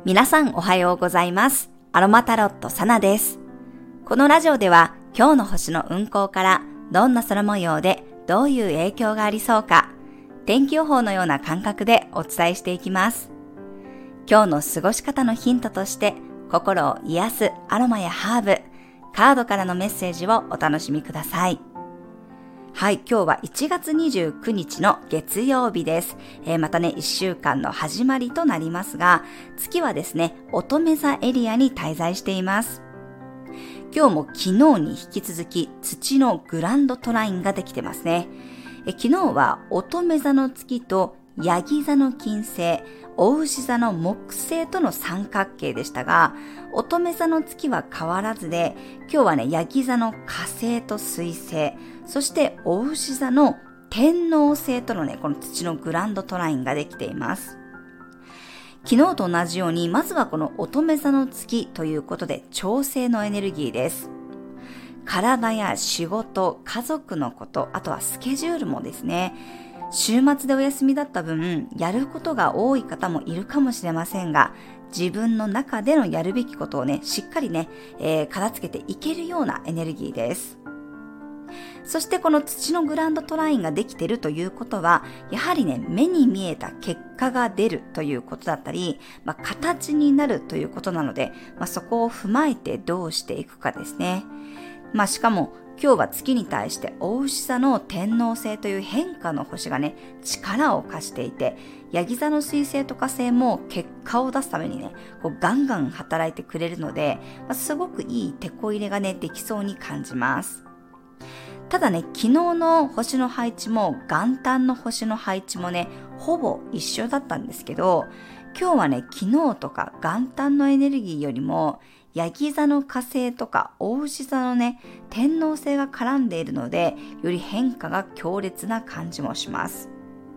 皆さんおはようございます。アロマタロットサナです。このラジオでは今日の星の運行からどんな空模様でどういう影響がありそうか、天気予報のような感覚でお伝えしていきます。今日の過ごし方のヒントとして心を癒すアロマやハーブ、カードからのメッセージをお楽しみください。はい、今日は1月29日の月曜日です。またね、1週間の始まりとなりますが、月はですね、乙女座エリアに滞在しています。今日も昨日に引き続き土のグランドトラインができてますね。昨日は乙女座の月とヤギ座の金星、牡牛座の木星との三角形でしたが、乙女座の月は変わらずで、今日はね、ヤギ座の火星と水星、そして牡牛座の天王星とのね、この土のグランドトラインができています。昨日と同じように、まずはこの乙女座の月ということで調整のエネルギーです。体や仕事、家族のこと、あとはスケジュールもですね、週末でお休みだった分、やることが多い方もいるかもしれませんが、自分の中でのやるべきことをね、しっかりね、片付けていけるようなエネルギーです。そしてこの土のグランドトラインができているということは、やはりね、目に見えた結果が出るということだったり、形になるということなので、そこを踏まえてどうしていくかですね。しかも今日は月に対して牡牛座の天王星という変化の星がね、力を貸していて、ヤギ座の水星と火星も結果を出すためにね、ガンガン働いてくれるので、すごくいいテコ入れがね、できそうに感じます。ただね、昨日の星の配置も元旦の星の配置もね、ほぼ一緒だったんですけど、今日はね、昨日とか元旦のエネルギーよりも、ヤギ座の火星とか牡牛座のね、天王星が絡んでいるので、より変化が強烈な感じもします。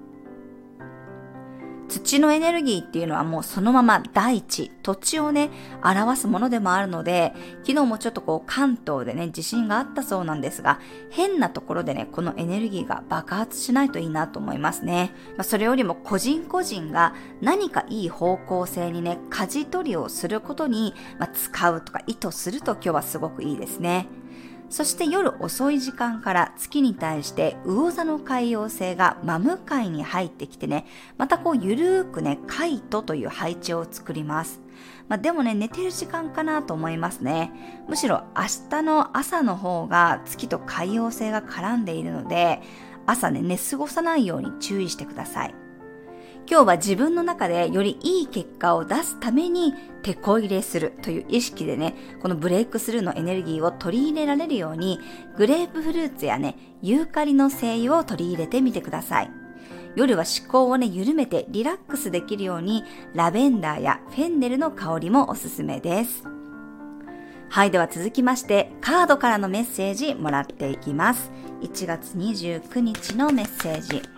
土のエネルギーっていうのはもうそのまま大地、土地をね、表すものでもあるので、昨日もちょっと関東でね、地震があったそうなんですが、変なところでね、このエネルギーが爆発しないといいなと思いますね。それよりも個人個人が何かいい方向性にね、舵取りをすることに、使うとか意図すると今日はすごくいいですね。そして夜遅い時間から月に対して魚座の海王星が真向かいに入ってきてね、またゆるーくね、カイトという配置を作ります。でもね、寝てる時間かなと思いますね。むしろ明日の朝の方が月と海王星が絡んでいるので、朝ね、寝過ごさないように注意してください。今日は自分の中でよりいい結果を出すために手こ入れするという意識でね、このブレイクスルーのエネルギーを取り入れられるように、グレープフルーツやね、ユーカリの精油を取り入れてみてください。夜は思考をね、緩めてリラックスできるように、ラベンダーやフェンネルの香りもおすすめです。はい、では続きまして、カードからのメッセージもらっていきます。1月29日のメッセージ。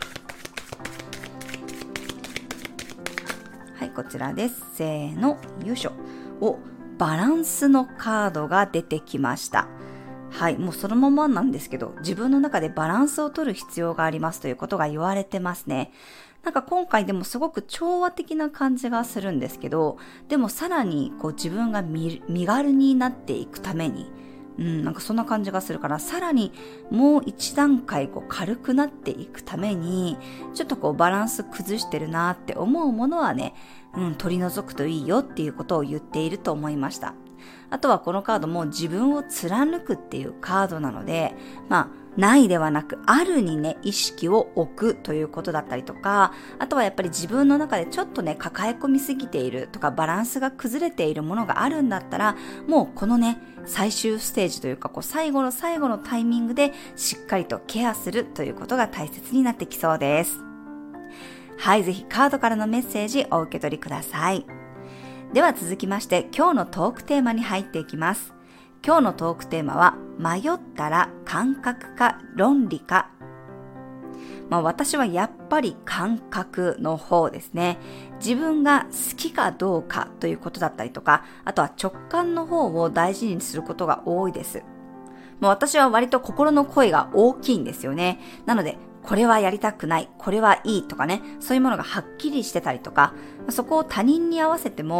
はい、こちらです。せーの、よいしょ。バランスのカードが出てきました。はい、もうそのままなんですけど、自分の中でバランスを取る必要がありますということが言われてますね。今回でもすごく調和的な感じがするんですけど、でもさらに自分が身軽になっていくために、そんな感じがするから、さらにもう一段階軽くなっていくために、ちょっとバランス崩してるなって思うものはね、取り除くといいよっていうことを言っていると思いました。あとはこのカードも自分を貫くっていうカードなので、ないではなくあるにね、意識を置くということだったりとか、あとはやっぱり自分の中でちょっとね、抱え込みすぎているとか、バランスが崩れているものがあるんだったら、もうこのね、最終ステージというか、最後の最後のタイミングでしっかりとケアするということが大切になってきそうです。はい、ぜひカードからのメッセージお受け取りください。では続きまして、今日のトークテーマに入っていきます。今日のトークテーマは、迷ったら感覚か論理か。私はやっぱり感覚の方ですね。自分が好きかどうかということだったりとか、あとは直感の方を大事にすることが多いです。私は割と心の声が大きいんですよね。なので、これはやりたくない、これはいいとかね、そういうものがはっきりしてたりとか、そこを他人に合わせても、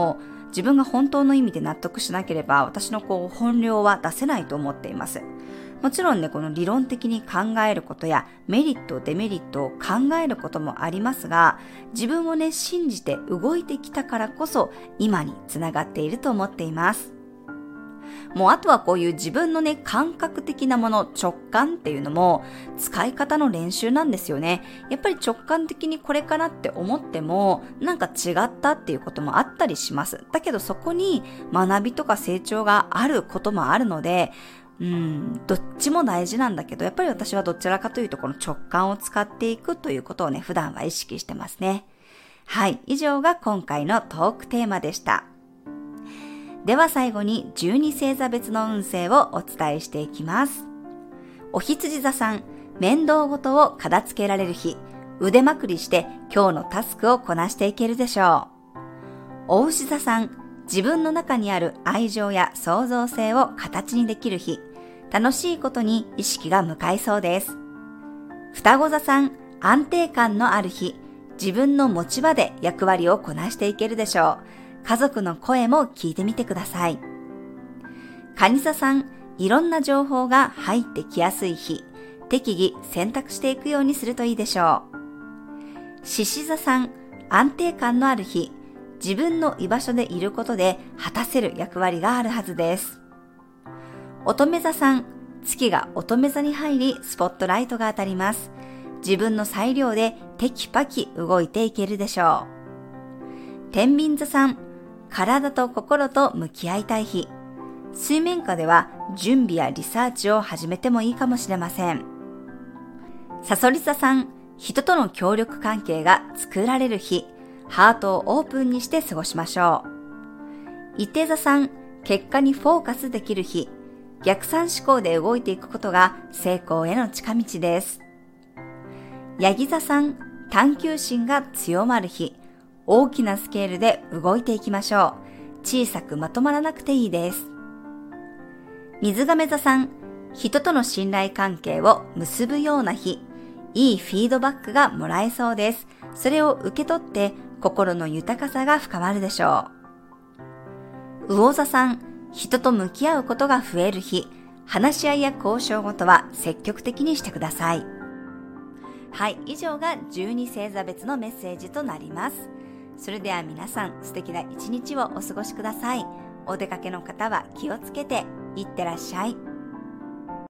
自分が本当の意味で納得しなければ、私の本領は出せないと思っています。もちろんね、この理論的に考えることやメリット、デメリットを考えることもありますが、自分をね、信じて動いてきたからこそ今につながっていると思っています。もうあとはこういう自分のね、感覚的なもの、直感っていうのも使い方の練習なんですよね。やっぱり直感的にこれかなって思ってもなんか違ったっていうこともあったりします。だけどそこに学びとか成長があることもあるので、どっちも大事なんだけど、やっぱり私はどちらかというとこの直感を使っていくということをね、普段は意識してますね。はい、以上が今回のトークテーマでした。では最後に12星座別の運勢をお伝えしていきます。お羊座さん、面倒事を片付けられる日、腕まくりして今日のタスクをこなしていけるでしょう。お牛座さん、自分の中にある愛情や創造性を形にできる日、楽しいことに意識が向かいそうです。双子座さん、安定感のある日、自分の持ち場で役割をこなしていけるでしょう。家族の声も聞いてみてください。蟹座さん、いろんな情報が入ってきやすい日、適宜選択していくようにするといいでしょう。獅子座さん、安定感のある日、自分の居場所でいることで果たせる役割があるはずです。乙女座さん、月が乙女座に入りスポットライトが当たります。自分の裁量でテキパキ動いていけるでしょう。天秤座さん、体と心と向き合いたい日。水面下では準備やリサーチを始めてもいいかもしれません。蠍座さん、人との協力関係が作られる日。ハートをオープンにして過ごしましょう。射手座さん、結果にフォーカスできる日。逆算思考で動いていくことが成功への近道です。ヤギ座さん、探求心が強まる日。大きなスケールで動いていきましょう。小さくまとまらなくていいです。水亀座さん、人との信頼関係を結ぶような日。いいフィードバックがもらえそうです。それを受け取って心の豊かさが深まるでしょう。魚座さん、人と向き合うことが増える日。話し合いや交渉ごとは積極的にしてください。はい、以上が12星座別のメッセージとなります。それでは皆さん、素敵な一日をお過ごしください。お出かけの方は気をつけていってらっしゃい。